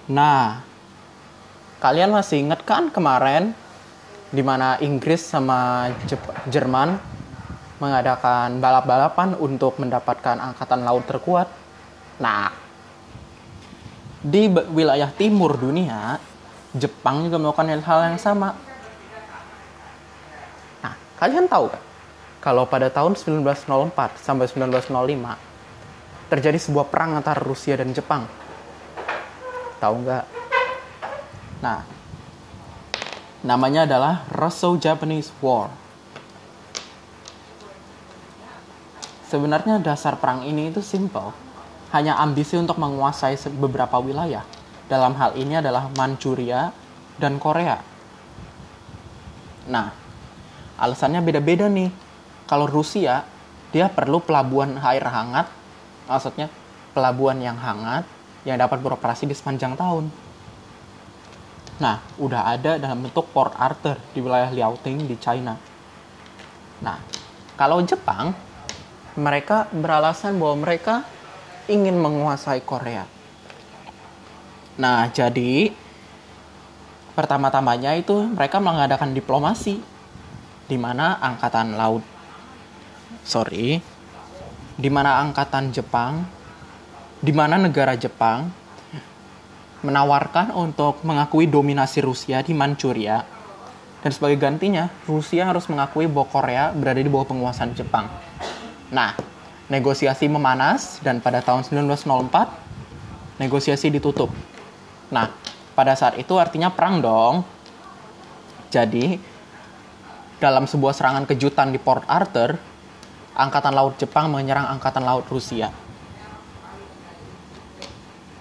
Nah, kalian masih ingat kan kemarin di mana Inggris sama Jerman mengadakan balap-balapan untuk mendapatkan angkatan laut terkuat? Nah, di wilayah timur dunia, Jepang juga melakukan hal yang sama. Nah, kalian tahu kan? Kalau pada tahun 1904 sampai 1905 terjadi sebuah perang antara Rusia dan Jepang. Tahu nggak? Nah, namanya adalah Russo-Japanese War. Sebenarnya dasar perang ini itu simple. Hanya ambisi untuk menguasai beberapa wilayah. Dalam hal ini adalah Manchuria dan Korea. Nah, alasannya beda-beda nih. Kalau Rusia, dia perlu pelabuhan air hangat. Maksudnya pelabuhan yang hangat yang dapat beroperasi di sepanjang tahun. Nah, udah ada dalam bentuk Port Arthur di wilayah Liaoning di China. Nah, kalau Jepang, mereka beralasan bahwa mereka ingin menguasai Korea. Nah, jadi pertama-tamanya itu mereka mengadakan diplomasi di mana angkatan negara Jepang menawarkan untuk mengakui dominasi Rusia di Manchuria, dan sebagai gantinya Rusia harus mengakui bahwa Korea berada di bawah penguasaan Jepang. Nah, negosiasi memanas dan pada tahun 1904 negosiasi ditutup. Nah, pada saat itu artinya perang dong. Jadi, dalam sebuah serangan kejutan di Port Arthur, Angkatan Laut Jepang menyerang Angkatan Laut Rusia.